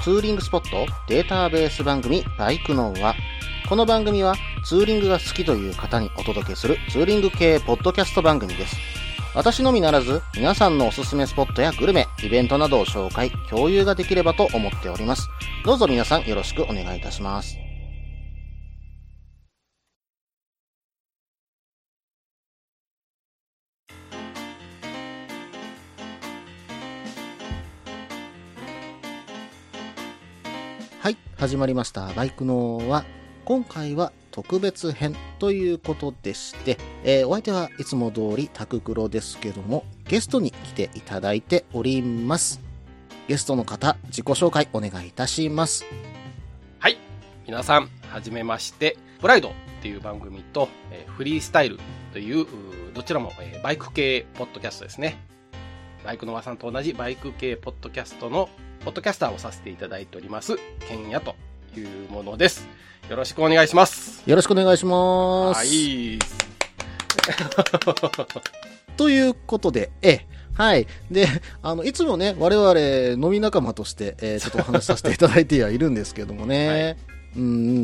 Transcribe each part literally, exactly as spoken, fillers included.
ツーリングスポットデータベース番組バイクの輪。この番組はツーリングが好きという方にお届けするツーリング系ポッドキャスト番組です。私のみならず皆さんのおすすめスポットやグルメ、イベントなどを紹介、共有ができればと思っております。どうぞ皆さんよろしくお願いいたします。はい、始まりましたバイクの輪。今回は特別編ということでして、えー、お相手はいつも通りタククロですけども、ゲストに来ていただいております。ゲストの方、自己紹介お願いいたします。 はい、皆さんはじめまして。プライドっていう番組と、えー、フリースタイルというどちらも、えー、バイク系ポッドキャストですね。バイクの輪さんと同じバイク系ポッドキャストのポッドキャスターをさせていただいておりますケンヤというものです。よろしくお願いします。 よろしくお願いします。 はい。 ということで、え、はい。で、あの、いつもね、我々飲み仲間として、えー、ちょっとお話しさせていただいてはいるんですけどもね。はい、うん、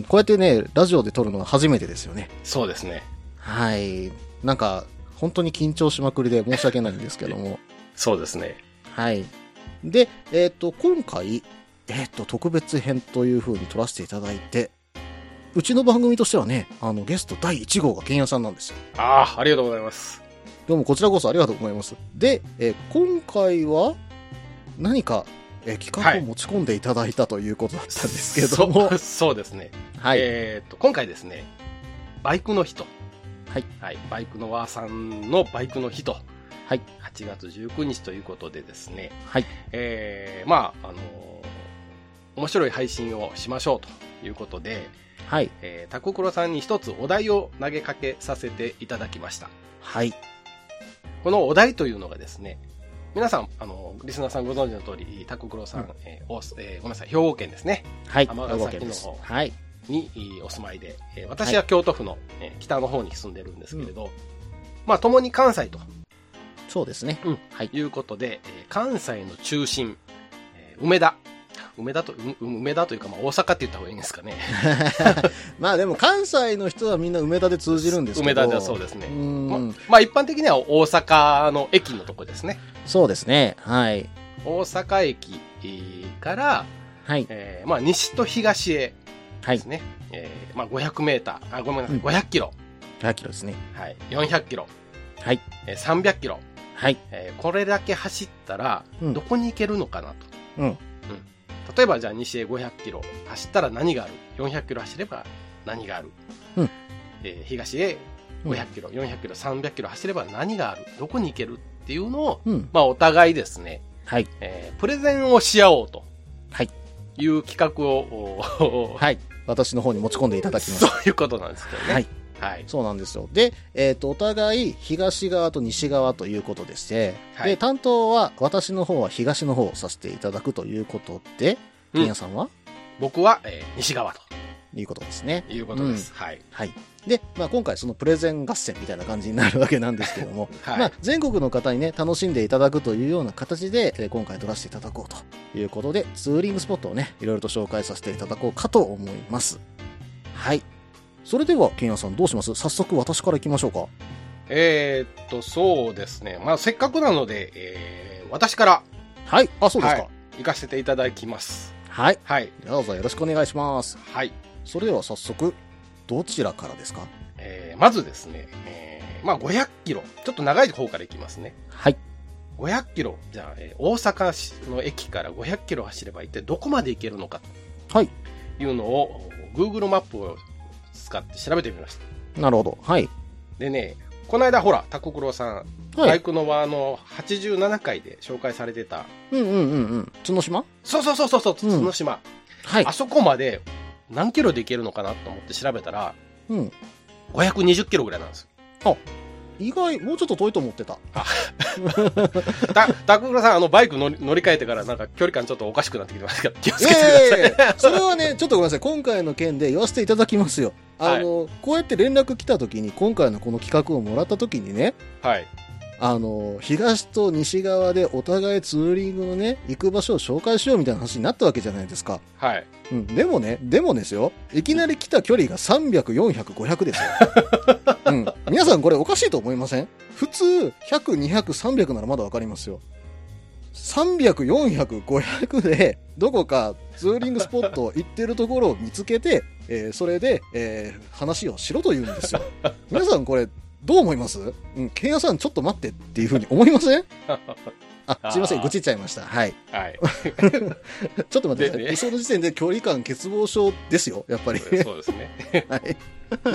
こうやってね、ラジオで撮るのは初めてですよね。 そうですね。 はい。なんか、本当に緊張しまくりで申し訳ないんですけども。 そうですね。 はい。で、えっと、今回、えっと、特別編という風に撮らせていただいて、うちの番組としてはね、あの、ゲストだいいち号がケンヤさんなんですよ。 ああ、ありがとうございます。 どうもこちらこそありがとうございます。で、え今回は、何か、え企画を持ち込んでいただいたということだったんですけども。 はい、そ, そうですね。 はい。 えっと、今回ですね、バイクの日と。 はい。 はい。バイクの輪さんのバイクの日と。 はい。 はちがつじゅうくにちということでですね。 はい。 えー、まあ、あのー、面白い配信をしましょうということで、 はい。 えー、タククロさんに一つお題を投げかけさせていただきました。 はい。 このお題というのがですね、皆さん、あの、リスナーさんご存知の通り、タククロさん、うんえーおえー、ごめんなさい、兵庫県ですね。 はい。 尼崎の方に、はい、お住まいで、えー、私は京都府の、えー、北の方に住んでるんですけれど、うん、まあ、共に関西と。 そうですね。 うん。はい。いうことで、えー、関西の中心、えー、梅田。梅田と、梅田というか、まあ、大阪って言った方がいいんですかね。 まあでも関西の人はみんな梅田で通じるんですけど。 梅田ではそうですね。ま、まあ一般的には大阪の駅のとこですね。 そうですね。はい。 大阪駅から、 はい。 えー、まあ西と東へですね。はい、えー、まあごひゃくメーター、あ、ごめんなさい、うん、ごひゃくキロ。 ごひゃくキロですね。 はい。よんひゃくキロ。 はい。 えー、さんびゃくキロ。 はい。 えー、これだけ走ったら、どこに行けるのかなと。 うん。うん。 例えばじゃあ西へごひゃくキロ走ったら何がある ?よんひゃくキロ走れば何がある、うんえー、東へごひゃくキロ、うん、よんひゃくキロ、さんびゃくキロ走れば何があるどこに行けるっていうのを、うん、まあお互いですね、 はいえー、プレゼンをし合おうという企画を、はい、私の方に持ち込んでいただきました。 そういうことなんですけどね。 はいはい、そうなんですよ。で、えっと、お互い東側と西側ということでして、はい、で、担当は私の方は東の方をさせていただくということで、ケンヤさんは、 うん、僕は、えー、西側と。 いうことですね。 いうことです。うん、はい。 はい。で、まあ今回そのプレゼン合戦みたいな感じになるわけなんですけども、はい、まあ全国の方にね、楽しんでいただくというような形で、えー、今回撮らせていただこうということで、ツーリングスポットをね、いろいろと紹介させていただこうかと思います。はい。それでは、ケンヤさんどうします？早速私から行きましょうか。 えー、っと、そうですね。まあ、せっかくなので、えー、私から。 はい。あ、そうですか。はい、 行かせていただきます。 はい。 はい。 どうぞよろしくお願いします。 はい。 それでは早速、どちらからですか？ えー、まずですね、えー、まあ、ごひゃくキロ。ちょっと長い方から行きますね。 はい。 ごひゃくキロ。じゃあ、えー、大阪の駅からごひゃくキロ走れば一体どこまで行けるのかと。はい。いうのを、Google マップを使って調べてみました。 なるほど。はい。 でね、この間ほら、タククロさん、はい、バイクの輪のはちじゅうななかいで紹介されてた。 うんうんうんうん。角島？ そうそうそうそう、角島、うん。 はい。 あそこまで何キロで行けるのかなと思って調べたら、 うん。 ごひゃくにじゅっキロぐらいなんですよ。 あ、意外、もうちょっと遠いと思ってた。 あた、タククロさん、あの、バイク乗り、乗り換えてからなんか距離感ちょっとおかしくなってきてますから、気をつけてください。いやいやいやそれはね、ちょっとごめんなさい。今回の件で言わせていただきますよ。あの、はい、こうやって連絡来た時に、今回のこの企画をもらった時にね、 はい。 あの、東と西側でお互いツーリングのね、行く場所を紹介しようみたいな話になったわけじゃないですか。 はい。 うん。でもね、でもですよ。いきなり来た距離がさんびゃく、よんひゃく、ごひゃくですよ。うん。皆さんこれおかしいと思いません？普通、ひゃく、にひゃく、さんびゃくならまだわかりますよ。さんびゃく、よんひゃく、ごひゃくで、どこかツーリングスポット行ってるところを見つけて、えー、それで、えー、話をしろと言うんですよ。皆さんこれ、どう思います？うん、ケンヤさんちょっと待ってっていうふうに思いません？あ、すいません、愚痴っちゃいました。はい。はい。ちょっと待ってください。ね、その時点で距離感欠乏症ですよ、やっぱり。 そうですね。はい。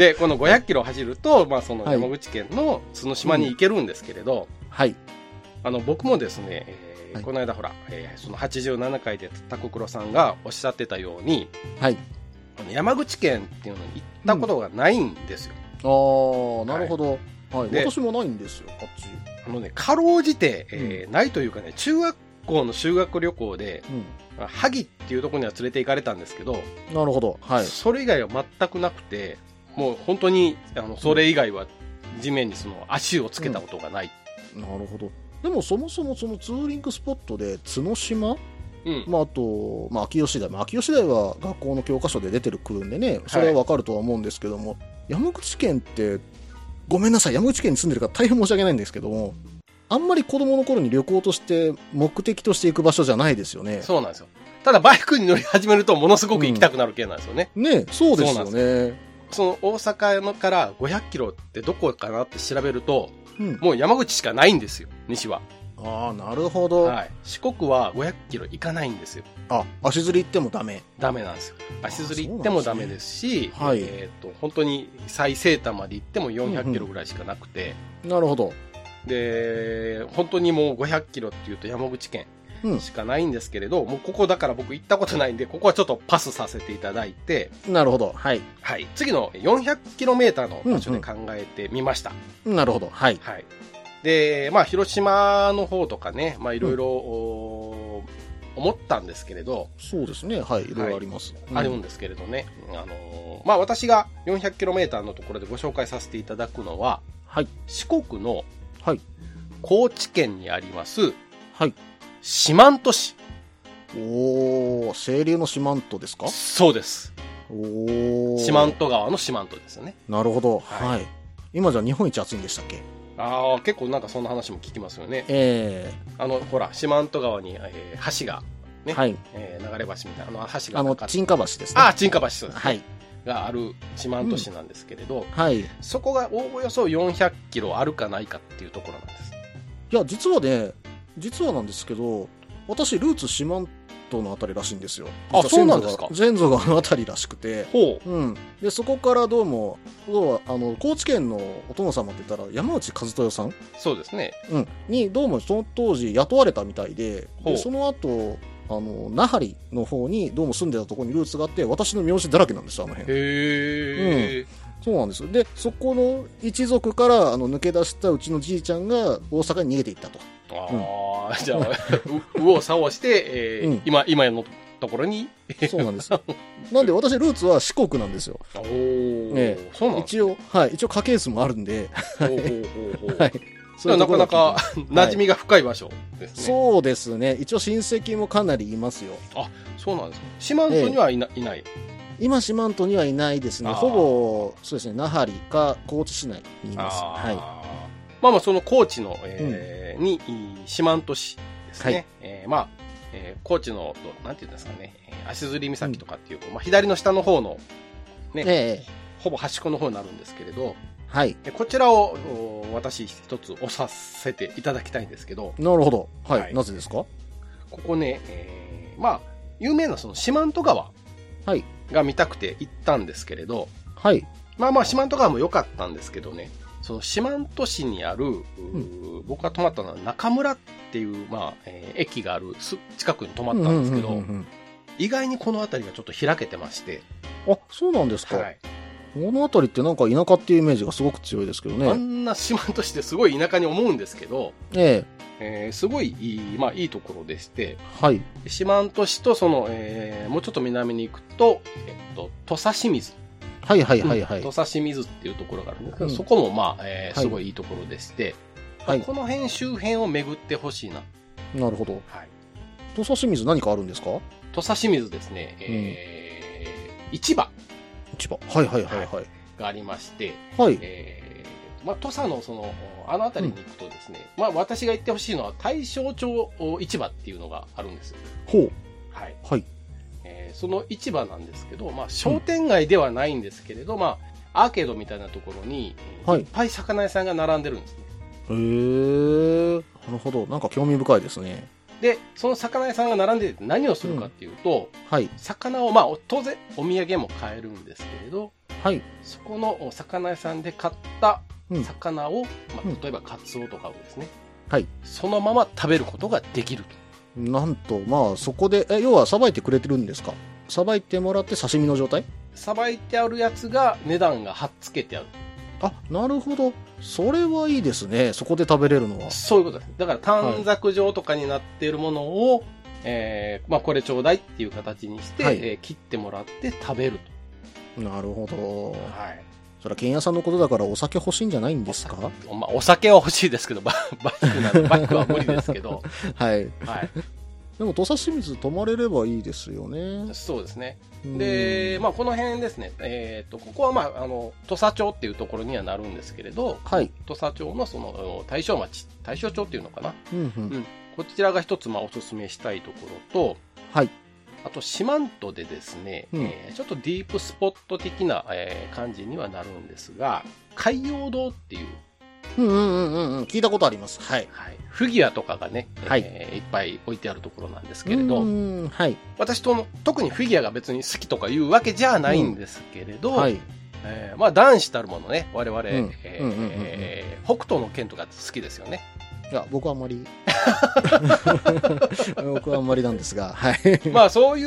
で、このごひゃくキロ走ると、まあその山口県の角島に行けるんですけれど、 はい。 あの、僕もですね、えーはい、この間ほら、えー、そのはちじゅうななかいでタコクロさんがおっしゃってたように、はい。山口県っていうのに行ったことがないんですよ。 うん、ああ、なるほど。はい。私もないんですよ、あっち。 あのね、かろうじて、えーうん、ないというかね、中学校の修学旅行で、うん、萩っていうところには連れて行かれたんですけど、 なるほど。はい。 それ以外は全くなくて、もう本当に、あの、それ以外は地面にその足をつけたことがない。 うん、なるほど。でもそもそもそのツーリングスポットで角島、うん、まああと、まあ秋吉台、まあ秋吉台は学校の教科書で出てくるんでね、それはわかるとは思うんですけども、はい、山口県って、ごめんなさい、山口県に住んでるから大変申し訳ないんですけども、あんまり子供の頃に旅行として目的として行く場所じゃないですよね。 そうなんですよ。ただバイクに乗り始めるとものすごく行きたくなる系なんですよね。 うん、ね、そうですよね。 その大阪のからごひゃくキロってどこかなって調べると、うん、もう山口しかないんですよ、西は。 ああ、なるほど。はい。 四国はごひゃくキロ行かないんですよ。 あ、足釣り行ってもダメ？ ダメなんですよ。足釣り行ってもダメですし、すね、はい、えっと、本当に最西端まで行ってもよんひゃくキロぐらいしかなくて、 うんうん、なるほど。 で、本当にもうごひゃくキロっていうと山口県しかないんですけれど、うん、もうここだから僕行ったことないんで、ここはちょっとパスさせていただいて、 なるほど。はい。 はい。次のよんひゃくキロメーターの場所で考えてみました。 うんうん、なるほど。はい。 はい。で、まあ、広島の方とかね、まあ、いろいろ、思ったんですけれど。 そうですね。はい。いろいろあります。はいうん、あるんですけれどね。あの、まあ、私が よんひゃくキロメーター のところでご紹介させていただくのは、はい。四国の、はい。高知県にあります、はい。四万十市。 おー、清流の四万十ですか？ そうです。 おー。 四万十川の四万十ですよね。 なるほど。はい。はい、今じゃ日本一暑いんでしたっけ？ ああ、結構なんかそんな話も聞きますよね。 ええー。あの、ほら、四万十川に、えー、橋が、ね。はい。えー、流れ橋みたいな、あの橋が。 あの、沈下橋ですね。 ああ、沈下橋、そうですね。 はい。 がある四万十市なんですけれど、うん、 はい。 そこがおおよそよんひゃくキロあるかないかっていうところなんです。 いや、実はね、実はなんですけど、私、ルーツ四万十のあたりらしいんですよ。 あ、そうなんですか。 先祖があのあたりらしくて。ほう。うん。で、そこからどうも、要は、あの、高知県のお殿様って言ったら、山内和豊さん？ そうですね。 うん。に、どうもその当時雇われたみたいで、でその後、あの、那覇の方にどうも住んでたところにルーツがあって、私の名字だらけなんですよ、あの辺。 へー。 うん。そうなんですよ。で、そこの一族から、あの、抜け出したうちのじいちゃんが大阪に逃げていったと。 ああ、うん、じゃあ、右往左往して、えーうん、今、今のところに。 そうなんです。なんで私、ルーツは四国なんですよ。 おー。ね、 そうなんです、ね、一応、はい。一応家系図もあるんで。 ほうほうほうほう。はい。そういうなかなか馴染みが深い場所ですね、 はい。そうですね。一応親戚もかなりいますよ。 あ、そうなんですか。四万十にはいな、ええ、いない。 今、四万十にはいないですね。ほぼ、そうですね。那覇か高知市内にいます。はい。 まあまあ、その高知の、えーうん、に、四万十市ですね。はい、えー、まあ、えー、高知の、なんていうんですかね、足摺岬とかっていう、うん、まあ、左の下の方の、ね、ええ、ほぼ端っこの方になるんですけれど、はい。こちらを、私一つ押させていただきたいんですけど。 なるほど。はい。はい、なぜですか？ ここね、えー、まあ、有名なその四万十川。はい。が見たくて行ったんですけれど。はい。まあまあ、四万十川も良かったんですけどね。その四万十市にある、うん、僕が泊まったのは中村っていう、まあ、えー、駅がある近くに泊まったんですけど、うんうんうんうん、意外にこの辺りがちょっと開けてまして。 あ、そうなんですか。はい。この辺りってなんか田舎っていうイメージがすごく強いですけどね。 あんな四万十市ってすごい田舎に思うんですけど、えええー、すごいいい、まあいいところでして、はい。四万十市とその、えー、もうちょっと南に行くと、えっと、土佐清水。 はいはいはいはい。 土佐清水っていうところがあるんですけど、うん、そこもまあ、えー、すごいいいところでして、 はい。 この辺周辺を巡ってほしいな。 なるほど。 はい。 土佐清水何かあるんですか？ 土佐清水ですね、えー、市場。 市場。はいはいはいはい。 がありまして、 はい。 えー、まあ、土佐のその、あの辺りに行くとですね、うん、まあ、私が行ってほしいのは大正町市場っていうのがあるんです。 ほう。 はい。 はい。 えー、その市場なんですけど、まあ、商店街ではないんですけれど、うん、まあ、アーケードみたいなところに、はい、いっぱい魚屋さんが並んでるんですね。 へー。なるほど。なんか興味深いですね。 で、その魚屋さんが並んで何をするかっていうと、うん、 はい。 魚を、まあ、当然、お土産も買えるんですけれど、 はい。 そこの魚屋さんで買った魚を、うん、まあ、例えばカツオとかをですね、 はい。 そのまま食べることができると。 なんと、まあ、そこで、え、要はさばいてくれてるんですか？さばいてもらって刺身の状態？ さばいてあるやつが値段がはっつけてある。 あ、なるほど。それはいいですね。そこで食べれるのは。 そういうことです。だから短冊状とかになっているものを、はい、えー、まあこれちょうだいっていう形にして、はい、えー、切ってもらって食べると。なるほど。 はい。 それは剣屋さんのことだからお酒欲しいんじゃないんですか？ お, まあ、お酒は欲しいですけど、ババイクなの、バイクは無理ですけど。 はい。 はい。 でも土佐清水泊まれればいいですよね。 そうですね。で、まあこの辺ですね、えっと、ここはまあ、あの、土佐町っていうところにはなるんですけれど、 はい。 土佐町のその、大正町、大正町っていうのかな。 うんうん。うん、 こちらが一つまあおすすめしたいところと、 はい。 あと、四万十でですね、うん、えー、ちょっとディープスポット的な、えー、感じにはなるんですが、海洋堂っていう、 うんうんうんうん、聞いたことあります。はい。 はい。フィギュアとかがね、 はい、 えー、いっぱい置いてあるところなんですけれど、 うん、はい。 私との、特にフィギュアが別に好きとかいうわけじゃないんですけれど、 うん、はい。 えー、まあ男子たるものね、我々、うんえー、北斗の拳とか好きですよね。 いや、僕はあんまり。僕はあんまりなんですが、はい。 まあそういう、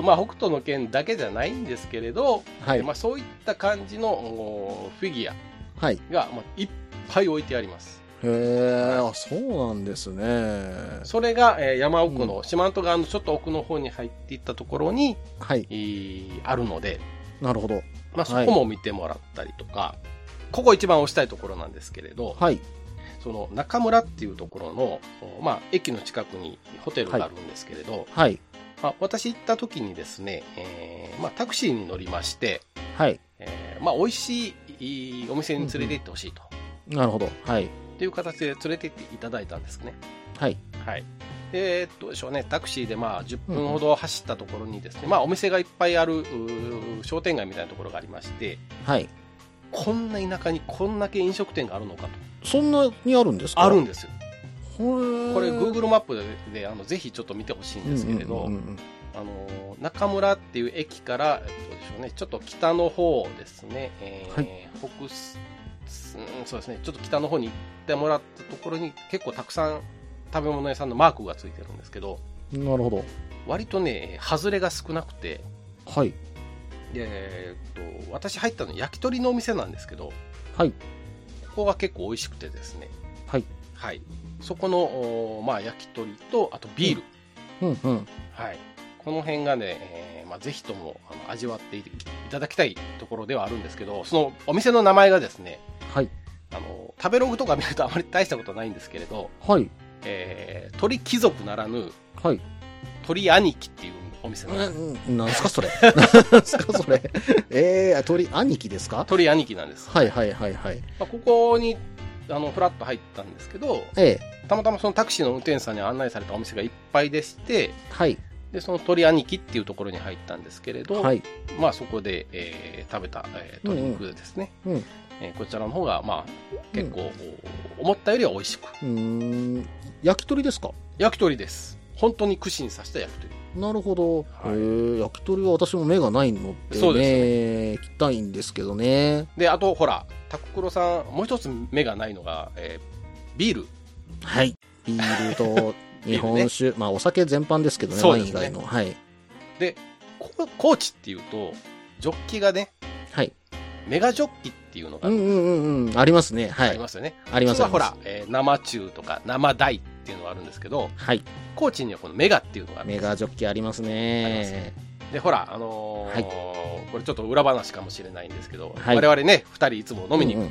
まあ北斗の拳だけじゃないんですけれど、はい、まあそういった感じのフィギュアが、はい、まあ、いっぱい置いてあります。 へえ、あ、そうなんですね。 それが、えー、山奥の、四万十川のちょっと奥の方に入っていったところに、はい、えー、あるので、 なるほど。 まあそこも見てもらったりとか、はい、ここ一番推したいところなんですけれど、はい。その中村っていうところの、まあ、駅の近くにホテルがあるんですけれど、はい。まあ、私行った時にですね、えー、まあ、タクシーに乗りまして、はい。えー、まあ、美味しいお店に連れて行ってほしいと、 うん。なるほど。はい。 っていう形で連れて行っていただいたんですね。 はい。 はい。で、どうでしょうね、タクシーでまあじゅっぷんほど走ったところにですね、うん、まあ、お店がいっぱいある商店街みたいなところがありまして、はい。こんな田舎にこんだけ飲食店があるのかと。 そんなにあるんですか？ あるんですよ。これ Google マップ で, であのぜひちょっど見てほしいんですけれど、あの中村っていう駅から、えっとでしょうね、ちょっと北の方ですね、えーはい、北そうですね、ちょっと北の方に行ってもらったところに結構たくさん食べ物屋さんのマークがついてるんですけど、 なるほど。 割とね、外れが少なくて、 はい。 で、えー、っと私入ったの焼き鳥のお店なんですけど、 はい。 ここが結構美味しくてですね、 はい。 はい。そこの、まあ、焼き鳥と、あとビール。 うん、うん、うん。 はい。この辺がね、えー、まあ、ぜひともあの味わっていただきたいところではあるんですけど、そのお店の名前がですね、 はい。 あの、食べログとか見るとあまり大したことないんですけれど、 はい。 えー、鳥貴族ならぬ、 はい。 鳥兄貴っていうお店なんです。 うん、なんすかそれ。なんすかそれ。えー、鳥兄貴ですか？ 鳥兄貴なんです。 はいはいはいはい。 まあ、ここに、あの、フラッと入ったんですけど、 ええ。 たまたまそのタクシーの運転手さんに案内されたお店がいっぱいでして、 はい。 で、その鳥兄貴っていうところに入ったんですけれど、 はい。 まあそこで、えー、食べた、えー、鶏肉ですね。うん、うんえー、こちらの方が、まあ、結構、うん、思ったよりは美味しく。 うーん。焼き鳥ですか？ 焼き鳥です。本当に串に刺した焼き鳥。 なるほど。はい、えー、焼き鳥は私も目がないので、ね、そうですね。行きたいんですけどね。 で、あと、ほら、タククロさん、もう一つ目がないのが、えー、ビール。 はい。ビールと日本酒、ね、まあお酒全般ですけどね、ワイン以外の。はい。 で、高知っていうと、ジョッキがね、 はい。 メガジョッキっていうのがあるんです。うんうんうん。ありますね。はい。 ありますよね。 あります。 ほら、えー、生中とか生大っていうのがあるんですけど、 はい。 高知にはこのメガっていうのがあるんです。 メガジョッキありますね。 ありますね。で、ほら、あのーはい、これちょっと裏話かもしれないんですけど、 はい、 我々ね、二人いつも飲みに行くと、うんうん、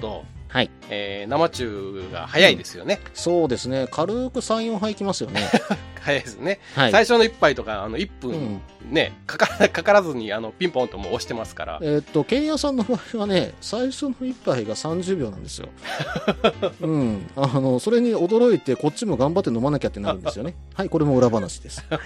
はい。 えー、生中が早いですよね。 うん、そうですね。軽くさん、よんはいきますよね。 早いですね。 はい。 最初のいっぱいとか、あの、いっぷんね、うん、かから、かからずに、あの、ピンポンともう押してますから。 えー、っと、ケンヤさんの場合はね、最初のいっぱいがさんじゅうびょうなんですよ。うん。あの、それに驚いて、こっちも頑張って飲まなきゃってなるんですよね。はい、これも裏話です。はい。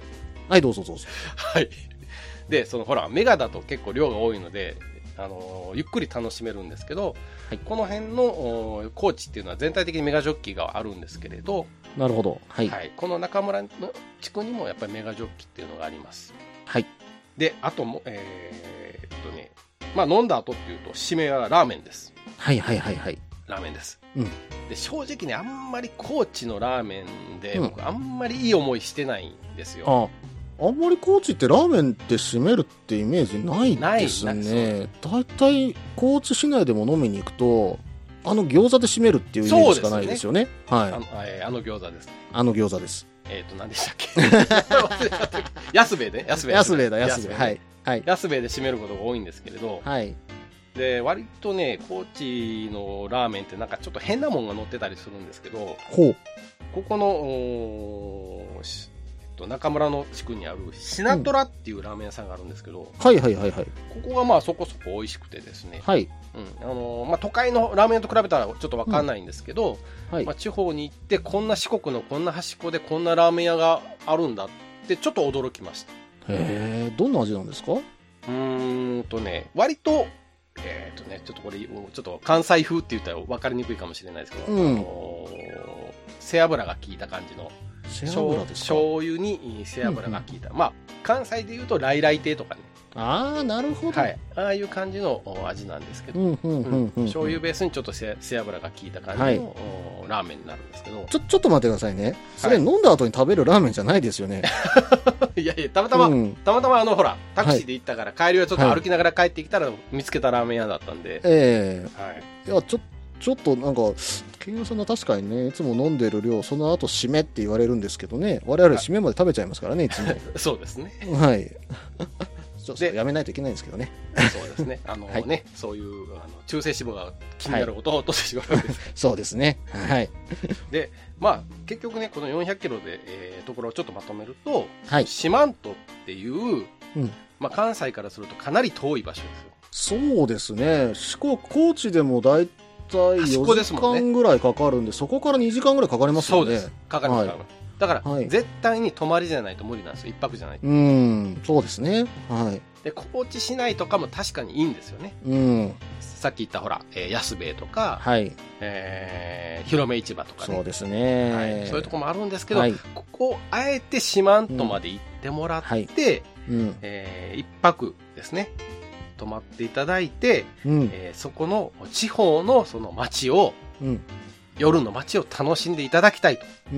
はい、どうぞどうぞ。 はい。で、その、ほら、メガだと結構量が多いので、あのゆっくり楽しめるんですけど、はい、この辺の高知っていうのは全体的にメガジョッキがあるんですけれど、 なるほど、はい、 はい、この中村の地区にもやっぱりメガジョッキっていうのがあります。 はい。 で、あとも、えー、っとね、まあ飲んだ後っていうと締めはラーメンです。 はいはいはいはい。 ラーメンです。 うん。 で、正直ね、あんまり高知のラーメンで、僕あんまりいい思いしてないんですよ。 ああ、あんまり高知ってラーメンって締めるってイメージないですね。だいたい高知市内でも飲みに行くと、あの餃子で締めるっていうイメージしかないですよね。はい。 あの、えー、あの餃子です。 あの餃子です。 えっ、ー、と、何でしたっけ安兵衛ね。安兵衛。 安兵衛だ、安兵衛。はい。はい。 安兵衛で締めることが多いんですけれど、 はい。 で、割とね、高知のラーメンってなんかちょっと変なもんが乗ってたりするんですけど、 ほう。 ここの、中村の地区にあるシナトラっていうラーメン屋さんがあるんですけど、うん、 はいはいはいはい。 ここがまあそこそこ美味しくてですね、 はい。 うん、あのー、まあ都会のラーメン屋と比べたらちょっとわかんないんですけど、 うん、はい。 まあ地方に行ってこんな四国のこんな端っこでこんなラーメン屋があるんだってちょっと驚きました。 へえ、どんな味なんですか？ うーんとね、割と、えーとね、ちょっとこれ、ちょっと関西風って言ったら分かりにくいかもしれないですけど、うん、あのー、背脂が効いた感じの、 背脂ですか？ 醤油に背脂が効いた、うんうん、まあ関西でいうと来来亭とかね、 ああなるほど、 はい、ああいう感じの味なんですけど、うんうんうんうん、醤油ベースにちょっと背脂が効いた感じの、はい、ラーメンになるんですけど、 ちょちょっと待ってくださいね、それ飲んだ後に食べるラーメンじゃないですよね。 いやいや、たまたま、うん、たまたまあのほらタクシーで行ったから、はい、帰りはちょっと歩きながら帰ってきたら見つけたラーメン屋だったんで、 ええー、はい、いやちょちょっとなんかケンヤさんは確かにね、いつも飲んでる量その後締めって言われるんですけどね、我々締めまで食べちゃいますからね、いつも。 そうですね、 はい。ちょっとやめないといけないんですけどね。 そうですね。あのね、はい、そういうあの中性脂肪が気になることを落としてしまうわけです。 そうですね。はい。 で、まあ結局ね、このよんひゃくキロで、えー、ところをちょっとまとめると、 はい、 四万十っていう、うん、まあ関西からするとかなり遠い場所ですよ。 そうですね。四国高知でもだいたいよじかんぐらいかかるんで、そこからにじかんぐらいかかりますよね。 そうです。かかります。はい、だから、はい、絶対に泊まりじゃないと無理なんですよ。一泊じゃないと。 うん、そうですね。はい。 で、高知市内とかも確かにいいんですよね。 うん。 さっき言ったほら、えー、安兵衛とか、 はい。 えー、広め市場とかね。 そうですね。 はい。そういうとこもあるんですけど、はい、ここ、あえて四万十まで行ってもらって、うん、はい、うん、えー、一泊ですね。泊まっていただいて、うん、えー、そこの地方のその街を、うん、夜の街を楽しんでいただきたいと。 うん、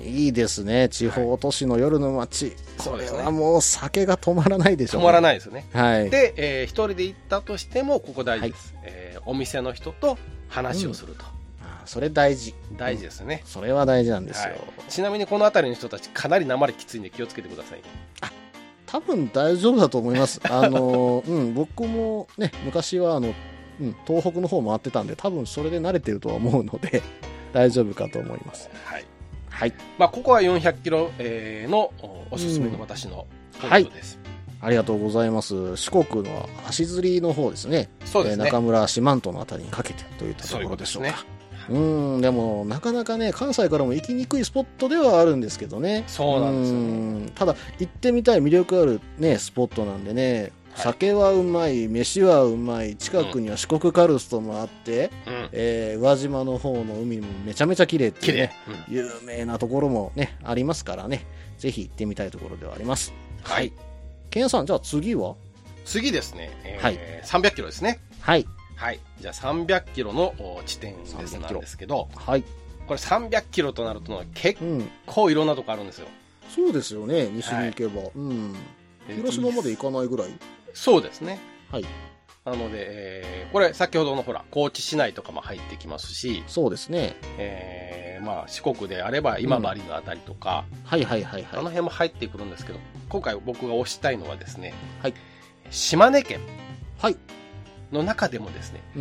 いいですね。地方都市の夜の街。はい、これはもう酒が止まらないでしょう、 ね。止まらないですよね。 はい。 で、えー、一人で行ったとしても、ここ大事です。はい、えー、お店の人と話をすると。うん、 あ、それ大事。 大事ですね、 うん。それは大事なんですよ。はい、 ちなみにこの辺りの人たち、かなり訛りきついんで気をつけてくださいね。 あ、多分大丈夫だと思います。あの、うん、僕もね、昔はあの、うん、東北の方回ってたんで、多分それで慣れてるとは思うので、大丈夫かと思います。 はい。 はい。 まあ、ここはよんひゃくキロ、えー、のおすすめの私のポイントです、 うん。はい。ありがとうございます。四国の足釣りの方ですね。 そうですね。 えー、中村四万十のあたりにかけてといったところでしょうか。うーん、でも、なかなかね、関西からも行きにくいスポットではあるんですけどね。 そうなんですよ、ね。 ただ、行ってみたい魅力あるね、スポットなんでね、はい、酒はうまい、飯はうまい、近くには四国カルストもあって、うん、えー、宇和島の方の海もめちゃめちゃ綺麗っていうね、うん、有名なところもね、ありますからね、ぜひ行ってみたいところではあります。はい。ケンヤさん、じゃあ次は次ですね、えーはい、さんびゃくキロですね。 はい。 はい。じゃあさんびゃくキロの地点ですなんですけど、 はい。 これさんびゃくキロとなると結構いろんなとこあるんですよ。 うん、そうですよね、西に行けば。はい、うん。広島まで行かないぐらい。 そうですね。 はい。 なので、えー、これ先ほどのほら、高知市内とかも入ってきますし、 そうですね。 えー、まあ四国であれば今治のあたりとか、 うん、はいはいはいはい。 あの辺も入ってくるんですけど、今回僕が推したいのはですね、 はい。 島根県。 はい。 の中でもですね、 うん、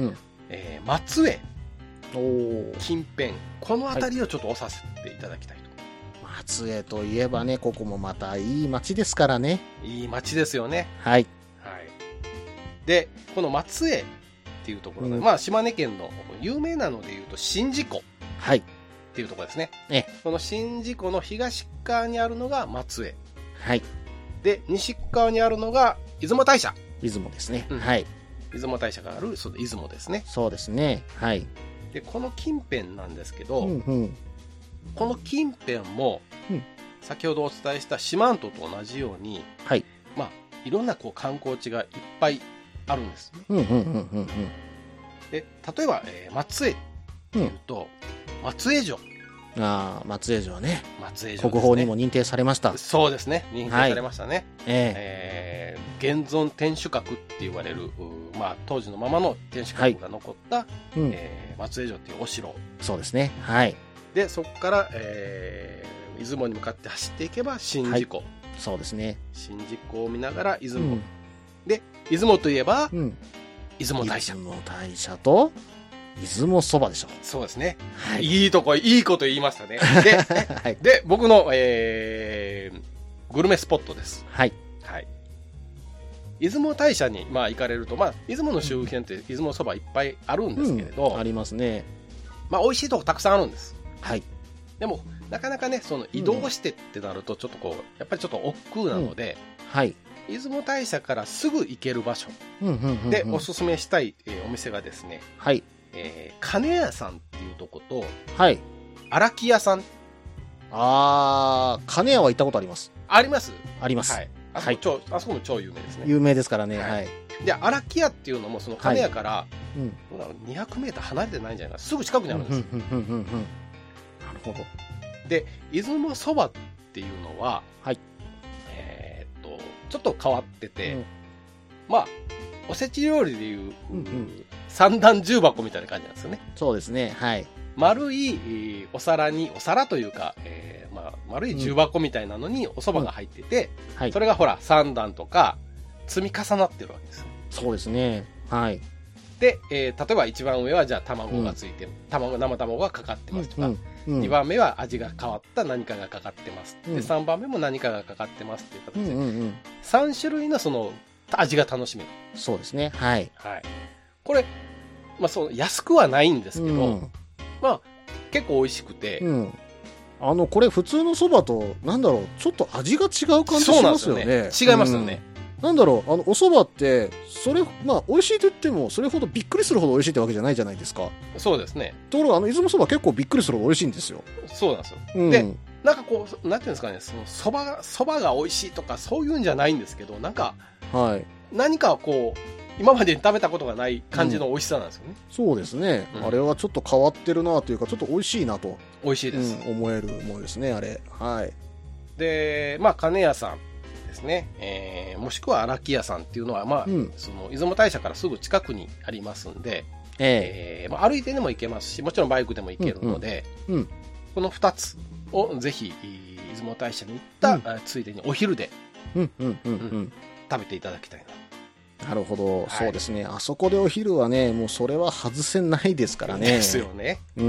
えー、松江おー近辺、この辺りをちょっと押させていただきたいと。 松江といえばね、ここもまたいい町ですからね。 いい町ですよね。 はい。 はい。で、この松江っていうところが、 うん、 まあ島根県の有名なので言うと宍道湖。 はい。 っていうところですね。 ええ。 この宍道湖の東側にあるのが松江。 はい。 で、西側にあるのが出雲大社。 出雲ですね。 うん、 はい。 出雲大社がある、その出雲ですね。 そうですね。はい。 で、この近辺なんですけど、 うんうん、 この近辺も、うん、先ほどお伝えした四万十と同じように、 はい。 まあ、いろんなこう観光地がいっぱいあるんですね。 うんうんうんうんうん。 で、例えば、えー、松江っていうと、うん、松江城。 ああ、松江城ね。 松江城、ね、 国宝にも認定されました。 そうですね。認定されましたね。はい、 ええー、現存天守閣って言われる、まあ、当時のままの天守閣が残った、はいうん、えー、松江城っていうお城。 そうですね。はい。 で、そこから、えー、出雲に向かって走っていけば宍道湖、はい。 そうですね。 宍道湖を見ながら出雲。うん、で、出雲といえば、うん、出雲大社。 出雲大社と、出雲そばでしょ。 そうですね。はい。いいとこ、いいこと言いましたね。で、はい、で、僕の、えー、グルメスポットです。 はい。 はい。出雲大社に、まあ、行かれると、まあ、出雲の周辺って出雲そばいっぱいあるんですけれど、 うん、ありますね。 まあ、美味しいとこたくさんあるんです。 はい。 でも、なかなかね、その移動してってなると、ちょっとこう、やっぱりちょっと億劫なので、 うん、はい。 出雲大社からすぐ行ける場所でおすすめしたい、えー、お店がですね、 はい。 えー、金屋さんっていうとこと、 はい。 荒木屋さん。 あー、金屋は行ったことあります。 あります？ あります。 はい。あそこ超、はい、あそこも超有名ですね。 有名ですからね。はい。はい、 で、荒木屋っていうのも、その金屋から、はいうん、にひゃくメートル離れてないんじゃないかな。すぐ近くにあるんですよ。なるほど。 で、出雲そばっていうのは、 はい。 えー、っと、ちょっと変わってて、うん、まあ、おせち料理でいう、うんうん、三段重箱みたいな感じなんですよね。 そうですね。はい。 丸いお皿に、お皿というか、えー、まあ、丸い重箱みたいなのにお蕎麦が入ってて、うんはい、それがほら、三段とか、積み重なってるわけですよ。 そうですね。はい。 で、えー、例えば一番上はじゃあ卵がついて、うん、卵、生卵がかかってますとか、うんうん、にばんめは味が変わった何かがかかってます。うん、で、さんばんめも何かがかかってますっていう形で、うんうんうん、さん種類のその味が楽しめる。 そうですね。はい。 はい。これ、まあ、そう、安くはないんですけど、うん、まあ、結構美味しくて、 うん、あの、これ普通のそばと、なんだろう、ちょっと味が違う感じしますよね。 そうなんですよね。違いますよね。 うん、なんだろう、あの、お蕎麦って、それ、まあ、美味しいと言っても、それほどびっくりするほど美味しいってわけじゃないじゃないですか。 そうですね。 ところが、あの、出雲そば結構びっくりするほど美味しいんですよ。 そうなんですよ。うん、で、なんかこう、なんていうんですかね、その、蕎麦が、蕎麦が美味しいとか、そういうんじゃないんですけど、なんか、 はい。 何かこう、今までに食べたことがない感じの美味しさなんですよね。 うん、そうですね、うん。あれはちょっと変わってるなというか、ちょっと美味しいなと。 美味しいです。 うん、思えるものですね、あれ。はい。 で、まあ、金屋さんですね。えー、もしくは荒木屋さんっていうのは、まあ、うん、その、出雲大社からすぐ近くにありますんで、えー、えー、まあ、歩いてでも行けますし、もちろんバイクでも行けるので、うんうん、この二つをぜひ、出雲大社に行った、うん、ついでにお昼で、 うんうんうんうん、 食べていただきたいな。 なるほど、はい、そうですね。あそこでお昼はね、もうそれは外せないですからね。 ですよね。 うん。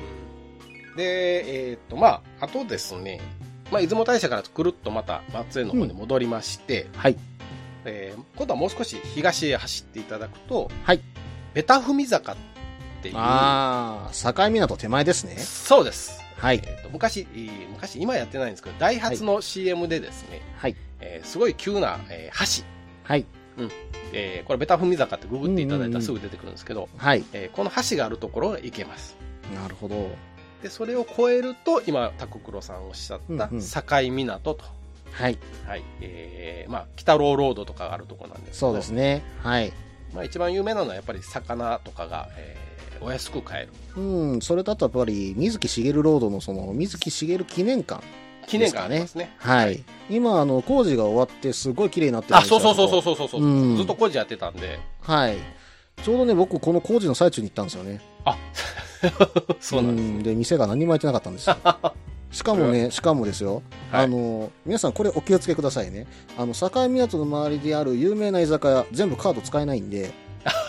で、えっと、まあ、あとですね、まあ、出雲大社からくるっとまた松江の方に戻りまして、 うん、はい。 えー、今度はもう少し東へ走っていただくと、 はい。 ベタ踏み坂っていう。 ああ、境港手前ですね。 そうです。 はい。 えーと、昔、昔、今やってないんですけど、ダイハツの シーエム でですね、 はい。 えー、すごい急な、えー、橋。 はい。 うん。えー、これベタ踏み坂ってググっていただいたらすぐ出てくるんですけど、うんうんうん、 はい。 えー、この橋があるところへ行けます。 なるほど。 で、それを越えると、今、タククロさんおっしゃった境港と、 うんうん、はい。 はい。えー、まあ、北ローロードとかがあるところなんですけど、 そうですね。はい。 まあ、一番有名なのはやっぱり魚とかが、えー、お安く買える。 うん、それだとやっぱり、水木しげるロードのその、水木しげる記念館。 記念館ありますね。 はい。今、あの、工事が終わってすごい綺麗になってるんですよ。 あ、そうそうそうそうそうそう、うん、ずっと工事やってたんで。 はい。ちょうどね、僕、この工事の最中に行ったんですよね。 あ、そうなんです、ね。 で、店が何も開いてなかったんですよ。しかもね、しかもですよ、はい、あの、皆さんこれお気をつけくださいね。あの、境港の周りである有名な居酒屋、全部カード使えないんで、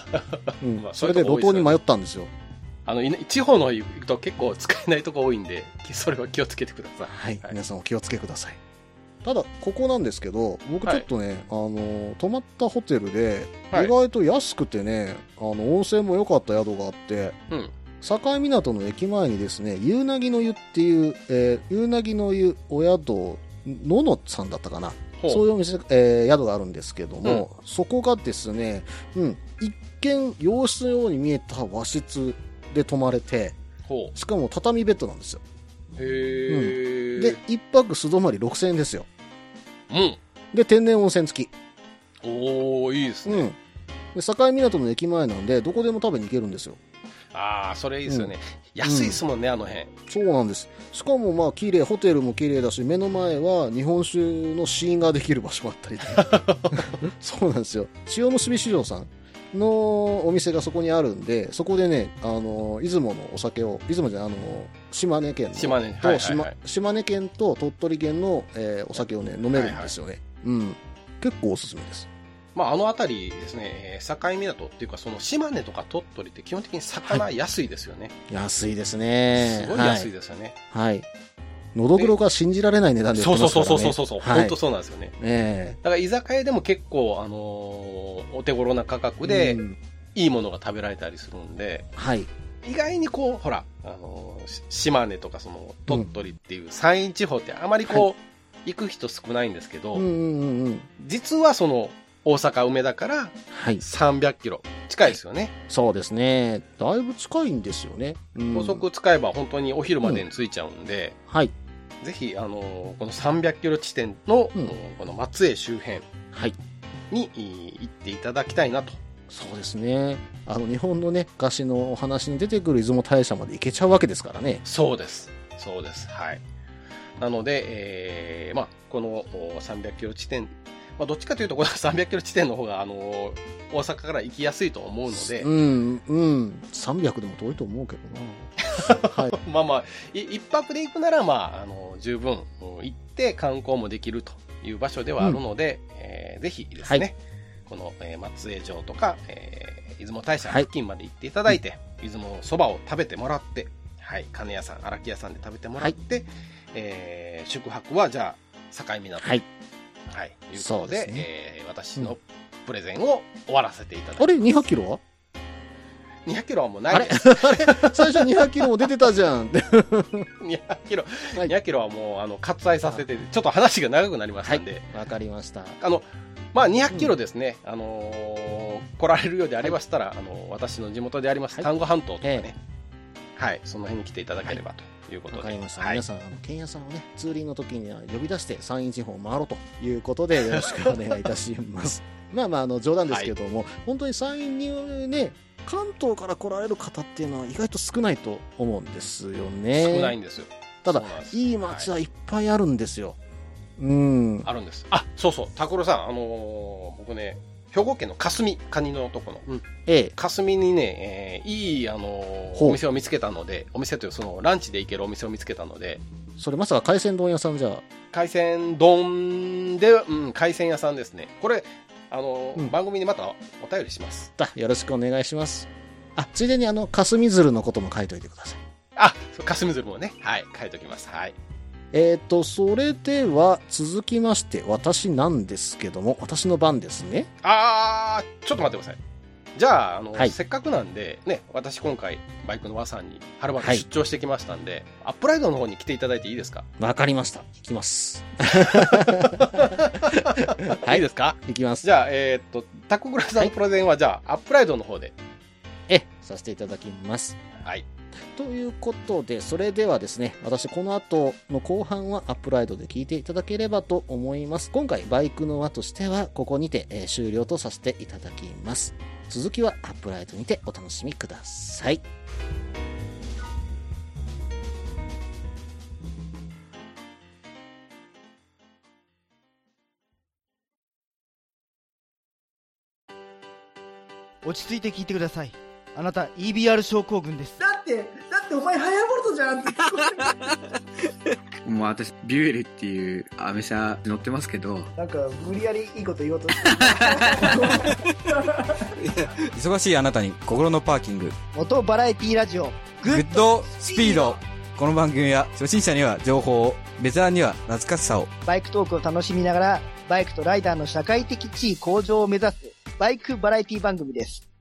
うん、 まあそれで路頭に迷ったんですよ。 あの、地方の行くと結構使えないとこ多いんで、それは気をつけてください。 はい。はい、皆さんお気をつけください。ただ、ここなんですけど、僕ちょっとね、はい、あの、泊まったホテルで、意外と安くてね、あの、温泉も良かった宿があって、うん、境港の駅前にですね、夕凪の湯っていう、えー、夕凪の湯お宿、ののさんだったかな。そういうお店、えー、宿があるんですけども、うん、そこがですね、うん、一見洋室のように見えた和室で泊まれて、しかも畳ベッドなんですよ。 へー、 うん、で、一泊素泊まりろくせんえんですよ。 うん。 で、天然温泉付き。 おー、いいですね。うん。 で、境港の駅前なんで、どこでも食べに行けるんですよ。 ああ、それいいですよね。うん、安いですもんね、うん、あの辺。 そうなんです。しかもまあ綺麗、ホテルも綺麗だし、目の前は日本酒の試飲ができる場所があったりで。そうなんですよ。塩のすび市場さんのお店がそこにあるんで、そこでね、あの、出雲のお酒を、出雲じゃない、あの、島根県の島根、 と、はいはいはい、島根県と鳥取県の、えー、お酒をね、飲めるんですよね。はいはい、うん。結構おすすめです。 まあ、あの辺りですね、境港っていうか、その島根とか鳥取って基本的に魚安いですよね。 はい、安いですね。 すごい安いですよね。 はい。はい、のどぐろが信じられない値段で売ってますからね。 そうそうそうそうそう、はい、本当そうなんですよね。 ええー。 だから居酒屋でも結構、あのー、お手頃な価格で、いいものが食べられたりするんで、 はい。 意外にこう、ほら、あのー、島根とかその鳥取っていう山陰地方ってあまりこう、はい、行く人少ないんですけど、 うんうんうん、 実はその、大阪梅田からさんびゃくキロ、はい、近いですよね。 そうですね。だいぶ近いんですよね。 うん、高速使えば本当にお昼までに着いちゃうんで、 うん、はい。 ぜひ、あのー、このさんびゃくキロ地点の、うん、この松江周辺に、はい、行っていただきたいなと。 そうですね。あの、日本のね、昔のお話に出てくる出雲大社まで行けちゃうわけですからね。 そうです。そうです。はい。なので、えー、まあ、このさんびゃくキロ地点、まあ、どっちかというと、このさんびゃくキロ地点の方が、あのー、大阪から行きやすいと思うので。 うん、うん。さんびゃくでも遠いと思うけどな。はい。 まあまあ、一泊で行くなら、まあ、あのー、十分、行って観光もできるという場所ではあるので、うん、えー、ぜひですね、はい、この、えー、松江城とか、えー、出雲大社付近まで行っていただいて、はい、出雲のそばを食べてもらって、はい、金屋さん、荒木屋さんで食べてもらって、はい、えー、宿泊は、じゃあ、境港。はい。はい。ということで、で、ね、えー、私のプレゼンを終わらせていただきます。 あれ ?にひゃくキロは ? にひゃくキロはもうないです。 あれ最初にひゃくキロも出てたじゃん。にひゃくキロ、はい、にひゃくキロはもう、あの、割愛させて、ちょっと話が長くなりましたんで。 わ、はい、かりました。 あの、まあ、にひゃくキロですね、うん、あのー、来られるようでありましたら、はい、あの、私の地元であります、丹後半島とかね、はい、はい、その辺に来ていただければと。いうことで。 わかりました。はい、皆さん、あの、剣屋さんをね、ツーリングの時には呼び出して山陰地方を回ろうということでよろしくお願いいたします。まあまあ、あの、冗談ですけども、はい、本当に山陰にね、関東から来られる方っていうのは意外と少ないと思うんですよね。 少ないんですよ。 ただ、いい街はいっぱいあるんですよ。はい、うん。 あるんです。あ、そうそう、拓郎さん、あのー、僕ね、兵庫県の霞、カニのとこの、うん、ええ、霞にね、えー、いい、あのー、お店を見つけたので、お店というそのランチで行けるお店を見つけたので、 それまさか海鮮丼屋さんじゃ？ 海鮮丼で、うん、海鮮屋さんですね。これ、あのーうん、番組にまたお便りします。 よろしくお願いします。あ、ついでにあの、霞鶴のことも書いといてください。 あ、霞鶴もね、はい、書いときます。はい。 えーと、それでは続きまして私なんですけども、私の番ですね。 あー、ちょっと待ってください。じゃあ、あの、はい、せっかくなんで、ね、私今回、バイクの和さんに、はるばる出張してきましたんで、はい、アップライドの方に来ていただいていいですか？ わかりました。行きます。 はい。いいですか？ 行きます。 じゃあ、えー、っと、タコグラさんのプレゼンは、はい、じゃあ、アップライドの方で。 え、させていただきます。 はい。 ということで、それではですね、私この後の後半はアップライドで聞いていただければと思います。今回バイクの輪としてはここにて、えー、終了とさせていただきます。続きはアップライドにてお楽しみください。 落ち着いて聞いてください。あなた イービーアール 症候群です。 だってだってお前ハヤボルトじゃんってもう私、ビュエルっていうアメ車乗ってますけど。 なんか、無理やりいいこと言おうとして忙しいあなたに心のパーキング。 元バラエティラジオ、 グッドスピード。この番組は初心者には情報を、ベテランには懐かしさを。 バイクトークを楽しみながら、バイクとライダーの社会的地位向上を目指す、バイクバラエティ番組です。